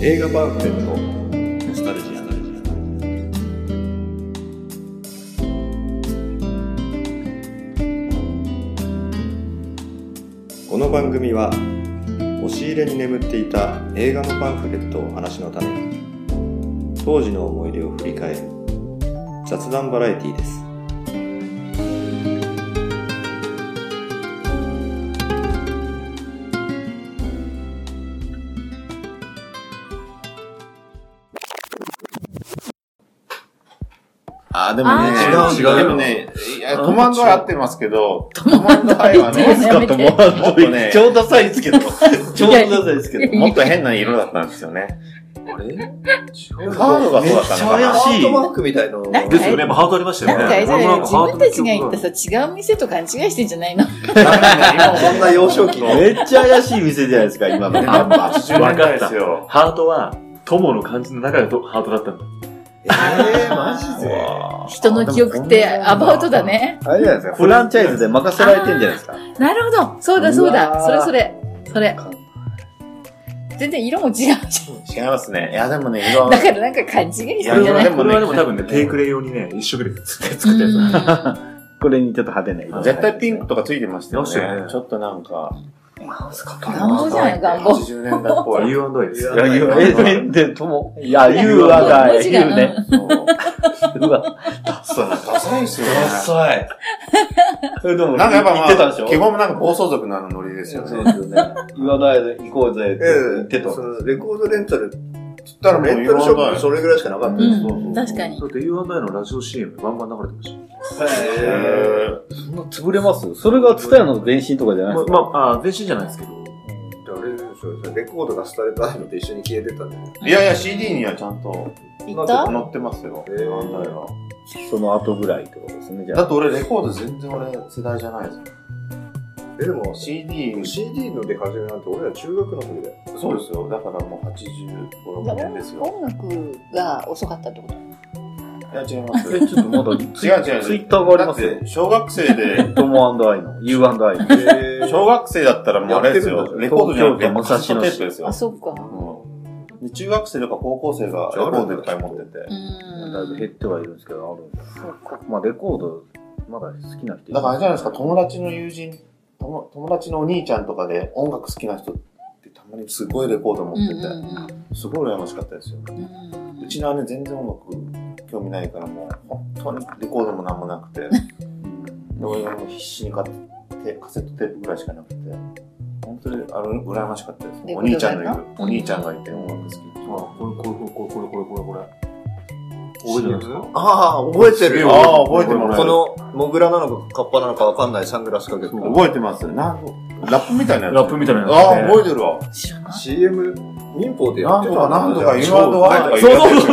映画パンフレットノスタルジア。この番組は押し入れに眠っていた映画のパンフレットをお話のために当時の思い出を振り返る雑談バラエティです。 でもね、違う。でもね、コマンドは合ってますけど、コマンドはね、もっとね、 超ダサいですけど、超ダサいですけど、 もっと変な色だったんですよね。 あれハードがそうだったのかな。 ハートマークみたいなのですよね。ハートありましたよね。 なんかあれじゃない、自分たちが行ったさ、違う店と勘違いしてんじゃないの？ そんな幼少期めっちゃ怪しい店じゃないですか、今の。 80年代ですよ。 ハートは、友の漢字の中でハートだったんだ。 マジで人の記憶ってアバウトだね。 あれじゃないですか、フランチャイズで任せられてんじゃないですか。 なるほど。そうだ。それ。全然色も違うじゃん。 違いますね。いや、でもね、色は。 だからなんか勘違いしてるんじゃない？ これはでも多分ね、テイクレ用にね、一生懸命作ったやつ。 これにちょっと派手な色。 絶対ピンクとかついてましたよね。 ねちょっとなんか。 願望じゃない、願望。 80年代っぽい。 U&I です。 いや、U はだい、U ね。うわ、 ダサいっすよね。 ダサい。 なんかやっぱ言ってたでしょ？ 基本なんか暴走族のノリですよね。 そうですよね。U&I で行こうぜって言ってた。 レコードレンタルつったらもうレンタルショップそれぐらいしかなかったです。 確かに。 だって U&I のラジオ CM バンバン流れてました。 そんな潰れます？それがツタヤの前身とかじゃないですか？ 前身じゃないですけど。 あれですよ、レコードが廃れたのと一緒に消えてたんで。 いや、CD にはちゃんと行った？ 載ってますよ。 その後ぐらいってことですね、じゃあ。 だって俺レコード全然俺世代じゃないですよ。 でも CD の出始めなんて俺ら中学の時だよ。 そうですよ。だからもう85、6年ですよ。 音楽が遅かったってこと？ いや、違います。 ちょっとまだ違う。 ツイッターがありますよ。 小学生で、 トモ&アイの U&I。 小学生だったらもうあれですよ。レコードじゃなくてカセットテープですよ。 あ、そっか。 で中学生とか高校生がレコードいっぱい持ってて。 だいぶ減ってはいるんですけど、あるんだ。そうか。まあレコード、まだ好きな人いる。 だからあれじゃないですか、友達の友人、友達のお兄ちゃんとかで音楽好きな人ってたまにすごいレコード持ってて、すごい羨ましかったですよ。うちの姉全然音楽興味ないからもう本当にレコードもなんもなくて、で俺がもう必死に買ってカセットテープぐらいしかなくて、本当に羨ましかったです。お兄ちゃんがいて音楽好き。 これ。覚えてますか？ ああ、覚えてるよ。 覚えてもらえる。 この、モグラなのかカッパなのかわかんないサングラスかけて。 覚えてます。ラップみたいなやつ。 ラップみたいなやつ。 覚えてるわ。 知らない。 CM、民放でやってた。 なんとか、U&I とか言って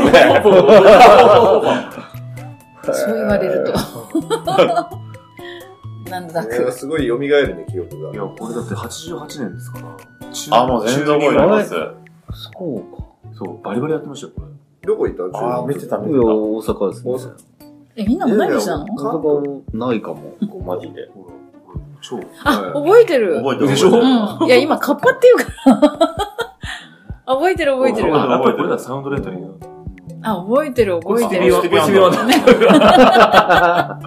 そう言われると。なんだか。 すごい蘇るね、記憶が。 いや、これだって88年ですから。 もう全然覚えてます。 そうか。 そう、バリバリやってましたよ、これ。 どこ行った見てた。 大阪ですね。 みんな同い年なの？ 大阪ないかも。マジで。 覚えてる。 覚えてるでしょ？ いや、今、カッパっていうから。覚えてる。 これだ、サウンドレンタル。 覚えてる。 ステビワンだ。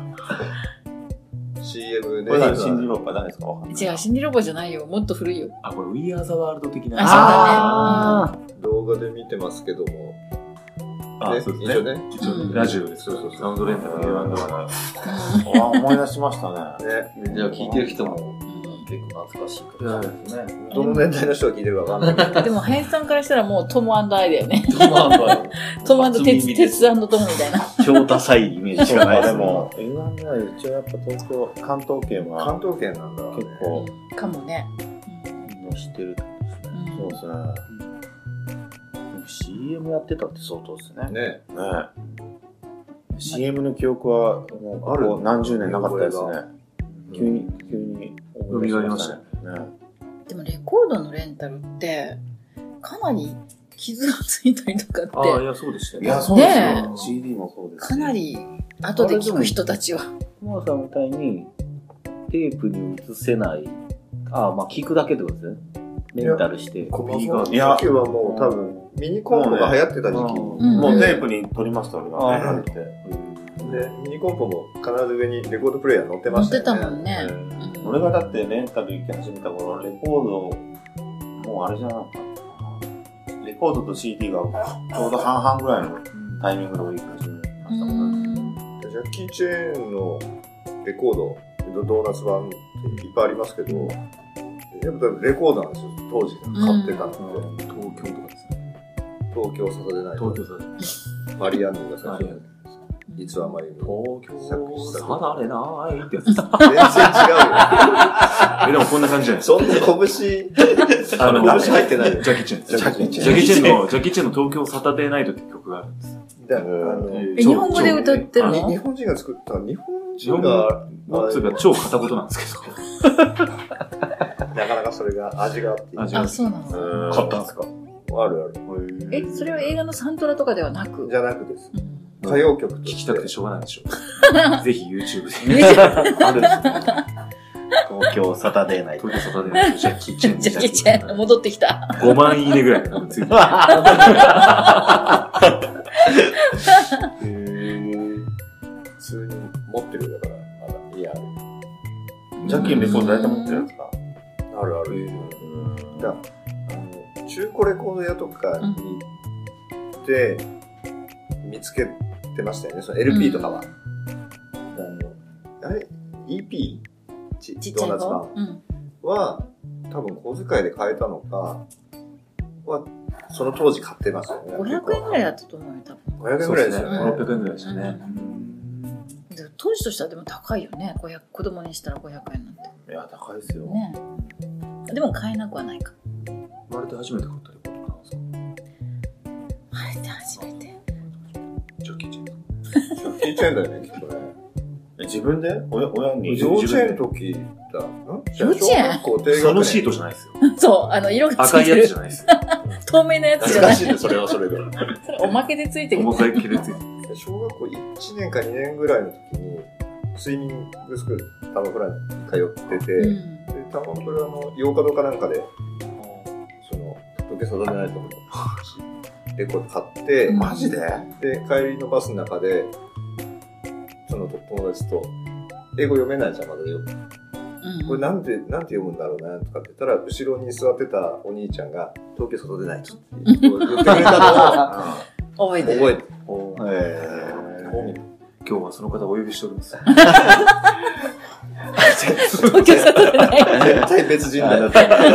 CM ね。 これシンディローパー誰ですか？ 違う、シンディロボじゃないよ。もっと古いよ。 これ We Are the World 的な。 そうだね。 動画で見てますけども。 そうですね。ラジオです。サウンドレンタルの思い出しましたね。 じゃあ聞いてる人も結構懐かしいからですね。 どの年代の人が聞いてるかわかんないけど。 でも、林さんからしたらもうトム&アイだよね。 トモ&アイ。 トム&鉄&トムみたいな。 超ダサいイメージしかないでも、U&I 一応やっぱ関東圏は。 関東圏なんだ。 結構。 かもね。 知ってる。 そうですね。 CM やってたって相当ですね。 CM の記憶はもう何十年なかったですね。急に蘇りましたね。 でもレコードのレンタルってかなり傷がついたりとかって。 いや、そうでしたね。いや、そうですよ。CD もそうです。 かなり後で聞く人たちは。 コマさんみたいにテープに映せない。まあ聞くだけってことですね。 レンタルして。 コピーが。いや、時はもう多分、ミニコンポが流行ってた時期。もうテープに撮りました、俺がね。で、ミニコンポも必ず上にレコードプレイヤー載ってましたよね。 載ってたもんね。 俺がだってレンタル行き始めた頃、レコード、もうあれじゃなかった。レコードと CD がちょうど半々ぐらいのタイミングで行き始めましたもんね。ジャッキー・チェーンのレコード、ドーナツ版っていっぱいありますけど、やっぱレコードなんですよ、当時買ってたので。 東京とかですね。 東京サタデーナイト。 東京サタデー。 マリアンヌが最初に。実はマリアンヌ。 東京サタデーナイトってやつ。 全然違うよ。 でもこんな感じじゃないですか。 そんな拳入ってないよ。 ジャッキー・チェーン。ジャッキー・チェーンの東京サタデーナイトって曲があるんです。 日本語で歌ってるの？ 日本人が作った日本人が超片言なんですけどなかなかそれが味があってあ、そうなの？ 買ったんですか？あるある。 それは映画のサントラとかではなく？ じゃなくです。歌謡曲聞きたくてしょうがないでしょう。ぜひ YouTube で。 あるんですね。 東京サタデーナイト。 東京サタデーナイト、ジャッキー・チェーン。 ジャッキー・チェーン、戻ってきた。 5万いいねぐらい多分ついてる。 普通に持ってるだから、まだ家ある。 ジャッキーのレコード大体持ってるやつか？ あるある。中古レコード屋とかに行って見つけてましたよね、その LP とかは。あれ EP？ ちっちゃい方ドーナツ版は多分小遣いで買えたのかはその当時買ってますよね。 500円ぐらいだったと思うよ、多分。 500円ぐらいですよね。 600円ぐらいでしたね。 当時としてはでも高いよね。子供にしたら500円なんて。 いや、高いですよ。 ね。でも買えなくはないか。 生まれて初めて買ったレコードなんですか？ 生まれて初めて。 ジャッキー・チェーン。 ジャッキー・チェーンだよね、きっとね。自分で親に幼稚園の時だ。 幼稚園そのシートじゃないですよ。 そう、色がついてる。 赤いやつじゃないですよ。 透明なやつじゃない。 懐かしいね、それはそれで。 それおまけでついてる。 おまけでついてる。 小学校1年か2年ぐらいの時に、スイミングスクール、タマプラに通ってて、でタマプラの洋華堂かなんかで、東京サタデーナイトのレコード買って、 マジで？ で、帰りのバスの中で、その友達と、英語読めないじゃん、まだよ。これなんて読むんだろうな、とかって言ったら、後ろに座ってたお兄ちゃんが、東京サタデーナイトって言ってくれたのを、 覚えてる。 今日はその方をお呼びしております。 東京サタデーナイト。 絶対別人だよ。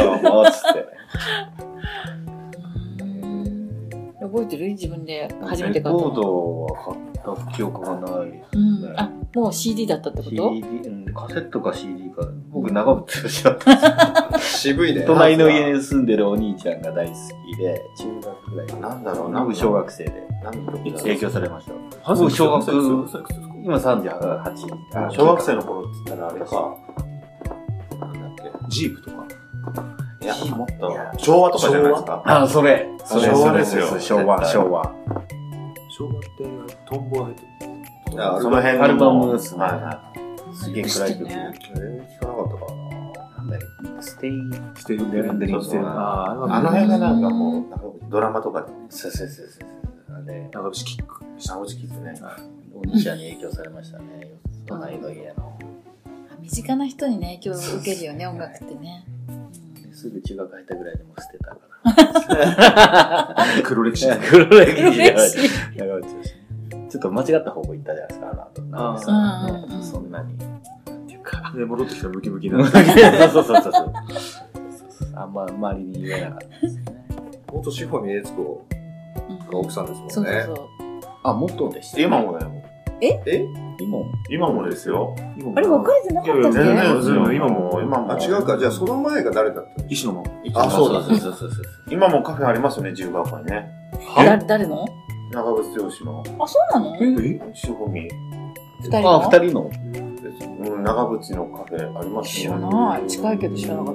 覚えてる？自分で初めて買ったの。 レコードは買った記憶がない。 あ、もう CD だったってこと？ CD、カセットか CD か。僕長渕剛だったんですよ。 渋いね。 隣の家に住んでるお兄ちゃんが大好きで、中学ぐらい。 なんだろう僕小学生で影響されました。 僕小学今38。 小学生の頃って言ったらあれか。 なんだっけ？ジープとか。 いや、もっと。昭和とかじゃないですか。 あ、それ昭和ですよ。 昭和。 昭和ってトンボが入ってる。 その辺アルバムですね。 すげえ暗い曲。全然聞かなかったからな。 なんだよ。ステイデレンデリング。 あの辺がなんかもう、ドラマとかで。 そう。あれ、 長渕キック。 長渕キックね。 お兄ちゃんに影響されましたね。隣の家の。 身近な人にね、影響を受けるよね、音楽ってね。 すぐ中学入ったぐらいでも捨てたから。 黒歴史。 黒歴史。ちょっと間違った方向行ったじゃないですか、あの後。そんなに。なんていうか。 で、戻ってきたムキムキな。 そう。あんま周りに言えなかったですね。 元志保美悦子が奥さんですもんね。 そう。 あ、元でした。 今もだよ。 今もですよ。 あれ、別れてなかったっけ？ 全然、今も。あ、違うか。じゃあ、その前が誰だったの？ 石野真央。あ、そうだ。今もカフェありますよね、自由が丘にね。 誰の？ 長渕剛の。 あ、そうなの？ 志保美。 二人の？ 二人の。 長渕のカフェありますよね。知らない。近いけど知らなかった。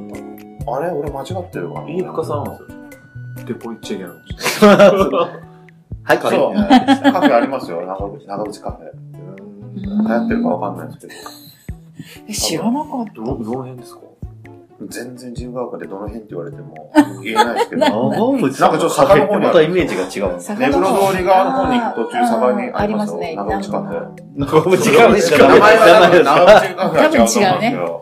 あれ俺間違ってるかな？ 飯深さんなんですよ。デポ行っちゃいけない。 はい、そう。カフェありますよ、長渕カフェ。流行ってるかわかんないですけど。 知らなかった。 どの辺ですか？ 全然自由が丘でどの辺って言われても言えないですけど。 長渕さん。 なんかちょっと坂の方にまたイメージが違う。 目黒通り側の方に行く途中、坂にありますよ。長渕カフェ。 長渕カフェしか名前は長渕カフェは違うと思うんですよ。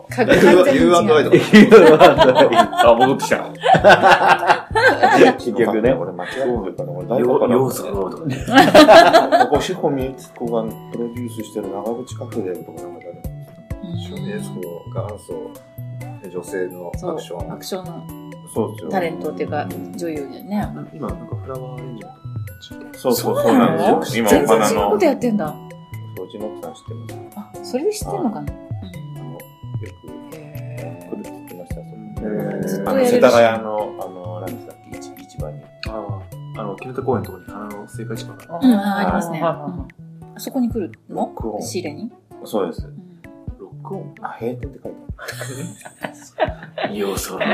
あ、戻ってきた。 結局ね。 俺間違えてるから、俺大学要素が多いとかね。 ここ、志保美津子がプロデュースしてる長渕カフェでとかなんかね。 ショメスコ元祖女性のアクション。 アクションのそうですよ。 タレントっていうか、女優でね。 今、なんかフラワーアレンジメント。 そうなんですよ。今全お花の。 然違うことやってんだ。 うちの奥さん知ってます。 あ、それで知ってんのかな。 よく来るって言ってました。 ずっとやれるし世田谷の、何でしたっけ、市場に。 木村公園のところに花の青果市場がありますね。あそこに来るの仕入れに。 そうです。 ロックオン。 閉店って書いてある。 要素。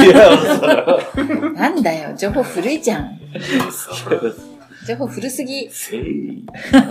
なんだよ、情報古いじゃん。情報古すぎ。 せい。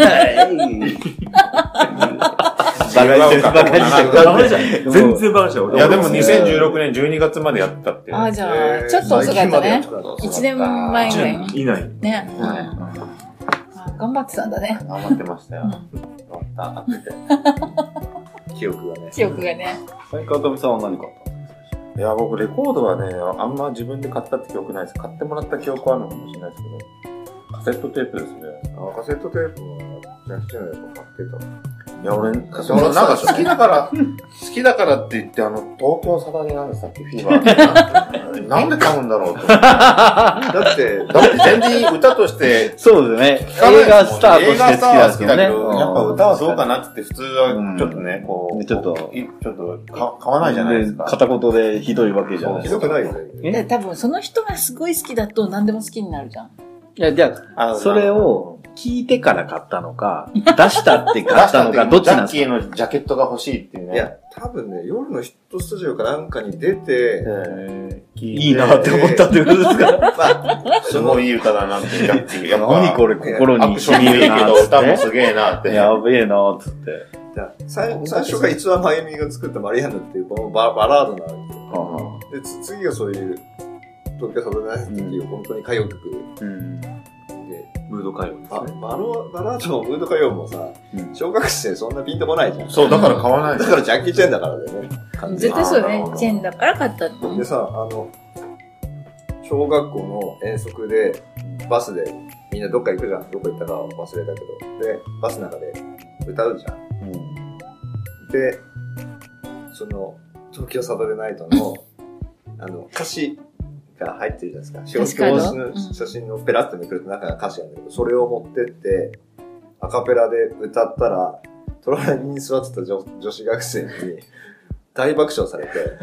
バカにしてる。 全然バカにしてる。 いや、でも2016年12月までやったって。 あ、じゃあ、ちょっと遅かったね。1年前ぐらいに。 いない。 ね。頑張ってたんだね。 頑張ってましたよ。頑張った記憶がね。 記憶がね。 最近、頭さんは何買ったんですか？ いや、僕レコードはね、あんま自分で買ったって記憶ないです。買ってもらった記憶はあるのかもしれないですけど、カセットテープですね。 カセットテープは、ジャッキー・チェンのやつ買ってた。 いや、俺なんか好きだからって言って、東京サタデーなんでしたっけ、フィーバー。なんで買うんだろうと。だって全然歌として、 そうですね。映画スターとして好きなんですけどね。 やっぱ歌はどうかなって普通はちょっとね、こう、 ちょっと買わないじゃないですか。 片言でひどいわけじゃないですか。 ひどくないよね。 多分その人がすごい好きだと何でも好きになるじゃん。 いや、じゃあ、それを聞いてから買ったのか、出したって買ったのか、どっちなんですか？ ジャッキーのジャケットが欲しいっていうね。 いや、多分ね、夜のヒットスタジオかなんかに出て、 いいなって思ったってことですか？ すごいいい歌だなって、ジャッキー。 何これ心に染みるけど、歌もすげえなって。 やべえなってって。 最初が逸話真由美が作ったマリアンヌっていうこのバラードなんですよ。で、次がそういう東京サタデーナイトっていう本当に歌謡曲。 ムード歌謡ですね。 バラードもムード歌謡もさ、小学生そんなピンとこないじゃん。 そう、だから買わない。 だからジャッキー・チェンだからだよね。 絶対そうよね。チェンだから買ったの。 でさ、小学校の遠足で、バスでみんなどっか行くじゃん。どこ行ったか忘れたけど。で、バスの中で歌うじゃん。で、その、東京サタデーナイトの、歌詞が入ってるじゃないですか。表紙の写真のペラッとめくると中が歌詞なんだけど、それを持ってって、アカペラで歌ったら、隣に座ってた女子学生に大爆笑されて、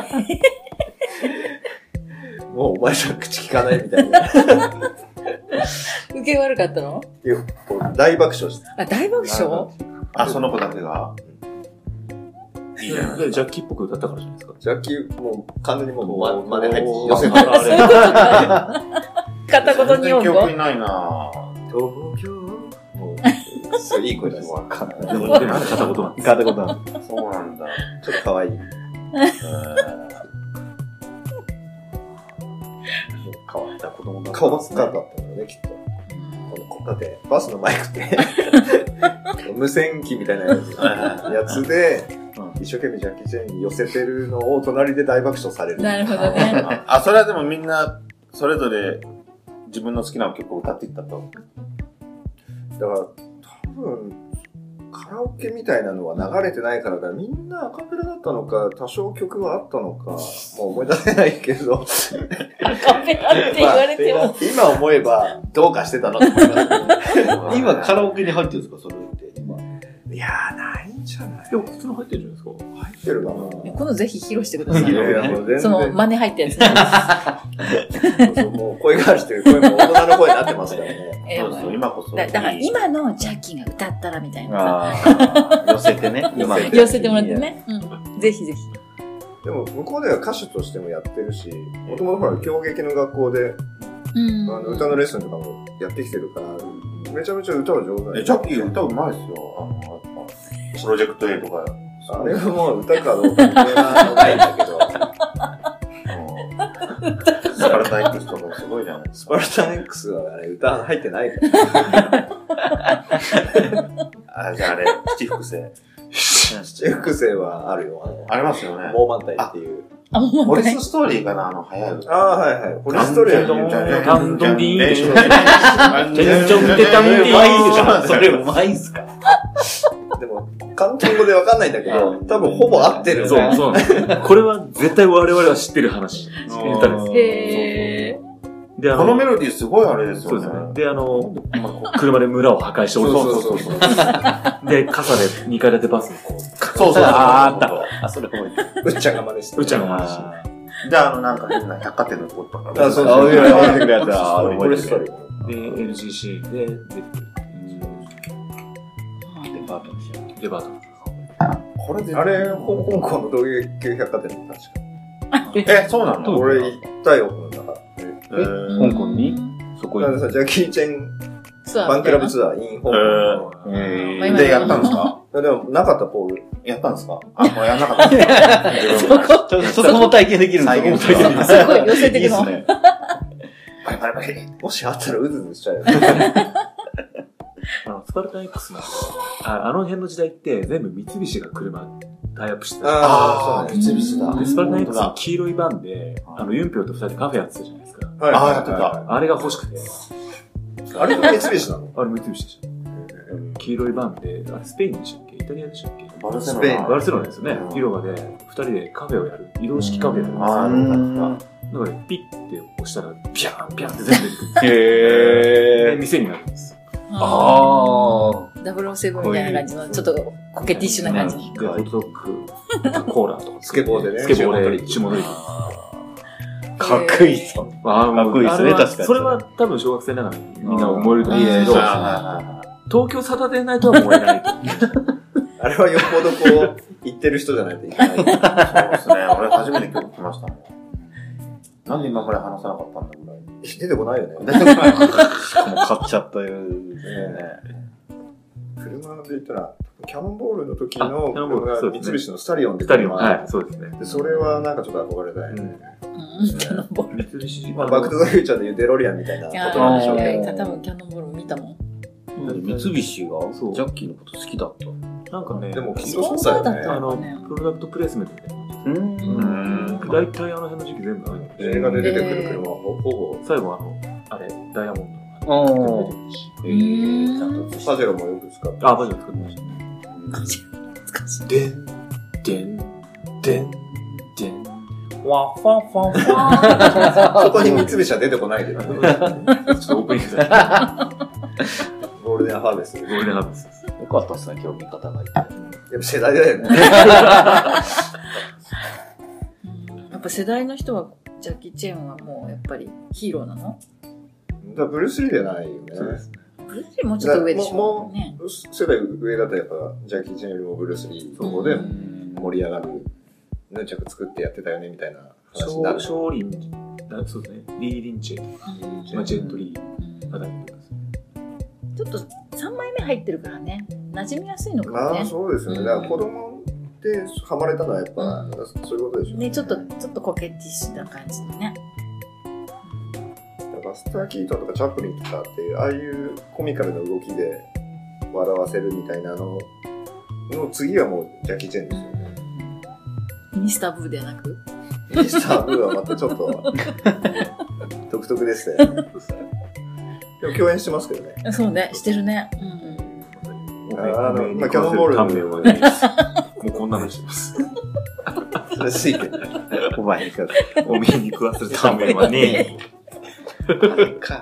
もうお前じゃ口聞かないみたいな。 受け悪かったの？ 大爆笑して。 あ、大爆笑？ その子だけが。いいじゃない。 ジャッキーっぽく歌ったからじゃないですか。 ジャッキー、もう完全にもう真似入って寄せて片言日本語。 記憶にないな東京。もう、すごいいい声です。 でも片言なんです。 片言なんです。 そうなんだ。 ちょっと可愛い。 変わった子供だった。 変わったんだったんだよね、きっと。だって、バスのマイクって無線機みたいなやつで、一生懸命ジャッキー・チェンに寄せてるのを隣で大爆笑される。 なるほどね。 それはでもみんな、それぞれ自分の好きな曲を歌っていったと。 だから、多分、カラオケみたいなのは流れてないからだ、みんなアカペラだったのか、多少曲はあったのか、もう思い出せないけど。 アカペラって言われても。 今思えば、どうかしてたなと思います今カラオケに入ってるんですか、それって。 いやー、ないんじゃない？ でも普通の入ってるじゃないですか。 入ってるかな。 今度ぜひ披露してください。 いやもう全然その真似入ったやつね。 もう声がある人より声も大人の声になってますからね。 そうそう、今こそ。 だから今のジャッキーが歌ったらみたいな寄せてね。 寄せてもらってね。ぜひぜひ。 でも向こうでは歌手としてもやってるし、もともとほら狂劇の学校で、歌のレッスンとかもやってきてるから、めちゃめちゃ歌は上手。 ジャッキー歌うまいですよ。プロジェクト A とか。 あれはもう歌かどうかみたいなのないんだけど、 スパルタ X とかすごいじゃないですスパルタ X はあれ歌入ってないから。 じゃああれ、七福星。 七福星はあるよ。 ありますよね。 モーマンタイっていう。 ポリスストーリーかな、早い歌。 はいはい。ポリスストーリーはタンドンディーンでしょ。テンチョンテタンディーンでしょ。それうまいっすか。 でも、関東語でわかんないんだけど、多分ほぼ合ってる。 そう。これは絶対我々は知ってる話。歌です。 へー。 で、このメロディーすごいあれですよね。 そうですね。で、車で村を破壊して降りてそう。で、傘で2階建てバスにこう。 そう。 あった。それ覚えてる。 うっちゃんが真似して。 うっちゃんが真似して。 で、なんか変な百貨店のところとか。 そう。 覚えてくるやつはポリスストーリー。 で、LCC で出てくる。 デパートの試合。 デパート。 これであれ、香港の同級百貨店の確か。 そうなの？ 俺行ったよ、だから。 香港にそこなんでさ、ジャッキーチェン、ファンクラブツアー、イン香港。 で、やったんですか？ でも、なかったポール。 やったんですか？これやんなかった。 そこも体験できるんですよ。 すごい寄せてくの。 パリ。 もしあったらうずうずしちゃうよ。 スパルタ X のあの辺の時代って全部三菱が車タイアップしてた。 そうね。三菱だ。 で、スパルタ X の黄色いバンで、ユンピョウと二人でカフェやってたじゃないですか。 やってた。 あれが欲しくて。 あれ三菱なの？ あれ三菱でした。黄色いバンで、あれスペインでしたっけ？イタリアでしたっけ？ バルセロナですよね。広場で二人でカフェをやる。移動式カフェやるんですよ。だからピッて押したら、ピャーンって全部出てくる。で、店になるんです。 007みたいな感じの、ちょっとコケティッシュな感じ。 で、ホットドッグ、コーラとか。 スケボーでね。 スケボーで、血戻り。 かっこいいっすね。かっこいいっすね、確かに。 それは多分小学生ながらにみんな思えると思うんですけど、東京サタデーナイトは思えないと。 あれはよっぽどこう、言ってる人じゃないといけない。そうですね。 俺初めて曲来ましたね。なんで今これ話さなかったんだぐらい。 出てこないよね。 しかも買っちゃったよね。 車で言ったら、キャノンボールの時の車が三菱のスタリオンで。 スタリオン、はい、そうですね。 で、それはなんかちょっと憧れたよね。 キャノンボール。 三菱。 バックトゥザフューチャーでいうデロリアンみたいなことなんでしょうけど。 多分キャノンボール見たもん。 三菱がジャッキーのこと好きだった。 なんかね、 でもきっとそうだよね。 プロダクトプレイスメントみたいな。大体あの辺の時期全部映画で出てくる車はほぼ。 最後あれ、ダイヤモンド。 パジェロもよく使って。 パジェロ使ってました。でん、わファン。 そこに三菱は出てこないけどね。ちょっとオープニングだ。ゴールデンハーベスト。 ゴールデンハーベスト。 よかったっすね、今日見方がいて。 やっぱ世代だよね。 やっぱ世代の人はジャッキー・チェンはもうやっぱりヒーローなの？ だブルース・リーじゃないよね。 ブルース・リーもうちょっと上でしょ。 もう世代上だとやっぱジャッキー・チェンよりもブルース・リーそこで盛り上がるヌンチャク作ってやってたよねみたいな話になる。 ショーリン、そうですね。リー・リンチェ、ジェントリーあたりとかですね。 ちょっと3枚目入ってるからね、馴染みやすいのかもね。 そうですよね。だから子供でハマれたのはやっぱ、そういうことでしょうね。ちょっとコケティッシュな感じのね。 バスター・キートンとかチャップリンとかっていうああいうコミカルな動きで笑わせるみたいなの次はもうジャッキー・チェンですよね。 ミスター・ブーではなくミスター・ブーはまたちょっと独特でしたよね。でも共演してますけどね。 そうね、してるね。 キャノンボールタンメンはもうこんなのしてます。 それついてる。 お前におめえに食わせるタンメンはねえ。 か。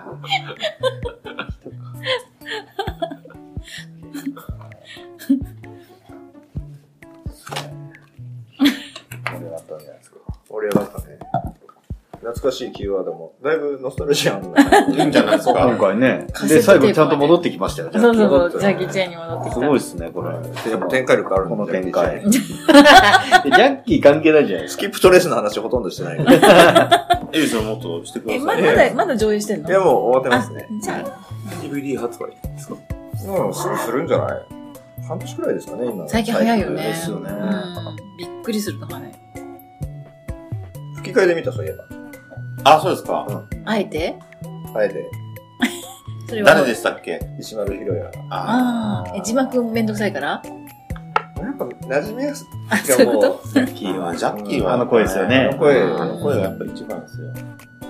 盛り上がったんじゃないですか。盛り上がったね。懐かしいキーワードも、だいぶノスタルジアンないいんじゃないですか。 今回ね。で、最後ちゃんと戻ってきましたよ。 そう、ジャッキー・チェンに戻ってきた。 すごいですね、これ。 やっぱ展開力あるこの展開。 ジャッキー関係ないじゃないですか。スキップトレースの話ほとんどしてない。 エリさんもっとしてください。 まだ上映してんの？ いや、もう終わってますね。 じゃあ。 DVD 発売ですか？ すぐするんじゃない？半年くらいですかね、今。 最近早いよね。 ですよね。 びっくりするのがね。 吹き替えで見た、そういえば。 あ、そうですか。 あえてあえて。 それは誰でしたっけ？ 石丸ひろや。 ああ。字幕めんどくさいからやっぱ馴染みやすい。 あ、そういうことジャッキーはあの声ですよね。 あの声がやっぱ一番ですよ。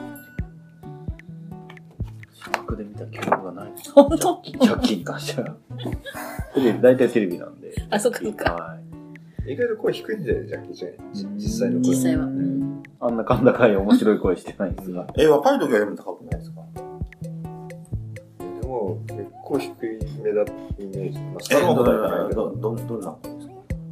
字幕で見た記憶がない。 本当ジャッキーに関しては。大体テレビなんで。 あ、そっかそっか。 はい。 意外と声低いんだよね、ジャッキーちゃん。実際の声。 実際は。うん。 あんな甲高い面白い声してないんですが。 若い時はでも高くないですか？ でも、結構低いめだイメージ。まあ、下の方だからどんな声ですか？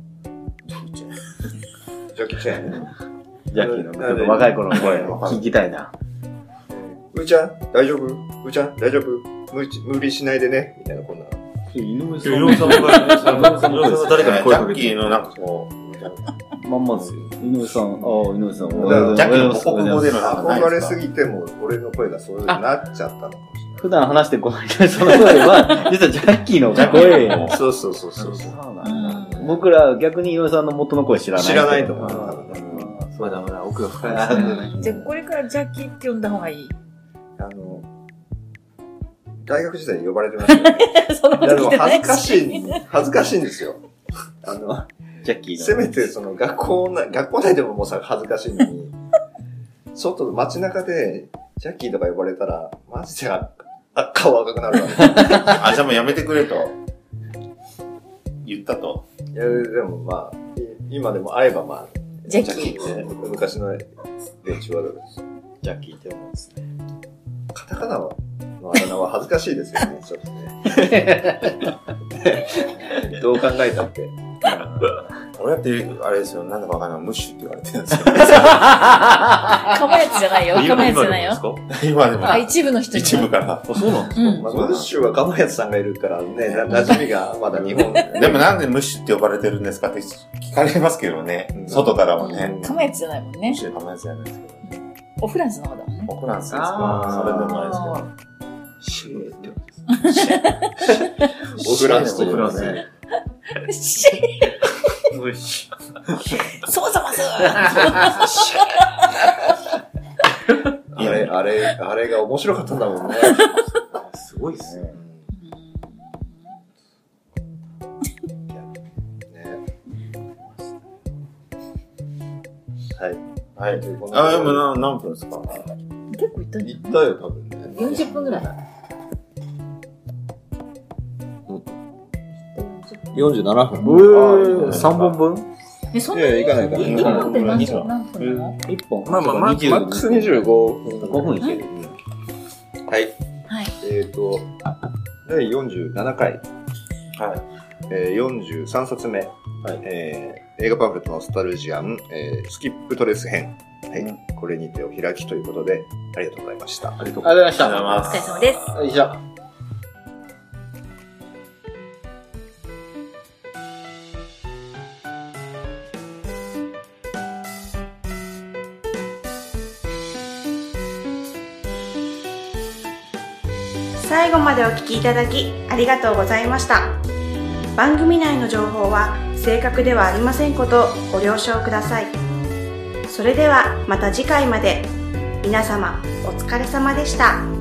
ジャッキーちゃん。 ジャッキーのちょっと若い頃の声を聞きたいな。 うーちゃん、大丈夫？うーちゃん、大丈夫？無理しないでね。みたいな、こんな。 井上さんが誰かに声かけて。 ジャッキーのなんかこう、 まんまですよ。井上さん、井上さん。 ジャッキーの母国語でのなんかない憧れですか？ すぎても、俺の声がそういう風になっちゃったのかもしれない。 普段話してこないその声は、実はジャッキーの声。 そうそうそうそう。 僕ら逆に井上さんの元の声知らない。 知らないと思う。 まだまだ奥が深いですね。 じゃあこれからジャッキーって呼んだ方がいい。 大学時代に呼ばれてましたよね。 そんなこと聞いてない恥ずかしいんですよ。 ジャッキーの。 せめてその学校内でももうさ、恥ずかしいのに、外、街中で、ジャッキーとか呼ばれたら、マジで顔赤くなるわね。 じゃあもうやめてくれと。言ったと。 いや、でもまあ、今でも会えばまあ、 ジャッキー。 ね、昔の連中はどうです。 ジャッキーって思うんですね。 カタカナのあだ名は恥ずかしいですよね、ちょっとね。どう考えたって。 俺だって、あれですよ、なんだかわかんない、ムッシュって言われてるんですよ。 かまやつじゃないよ。かまやつじゃないよ。 今でも。 あ、一部の人に。 一部から。 そうなんですか？ まあ、ムッシュはガマヤツさんがいるからね、馴染みがまだ日本で。 でもなんでムッシュって呼ばれてるんですかって聞かれますけどね。外からもね。 かまやつじゃないもんね。 ムッシュかまやつじゃないですけどね。 オフランスの方だもんね。 オフランスですか？それでもないですけど。 シェーってオフランスというのはね。 そうざますあれが面白かったんだもんね。 すごいっすね。 はい。 今何分ですか？ 結構いったんじゃ行ったよ、多分ね。 40分ぐらい。 47分。 3本分？ そんいや、行かないから。 1本って何分なの？ 1本。 まあ、マックス25分。 5分いける。 はい。 はい。 第47回。 はい。 43冊目。映画パンフレットノスタルジアン、スキップトレス編。はい。これにてお開きということで、ありがとうございました。 ありがとうございました。 お疲れ様です。 よいしょ。 最後までお聞きいただきありがとうございました。番組内の情報は正確ではありませんことをご了承ください。それではまた次回まで。皆様お疲れ様でした。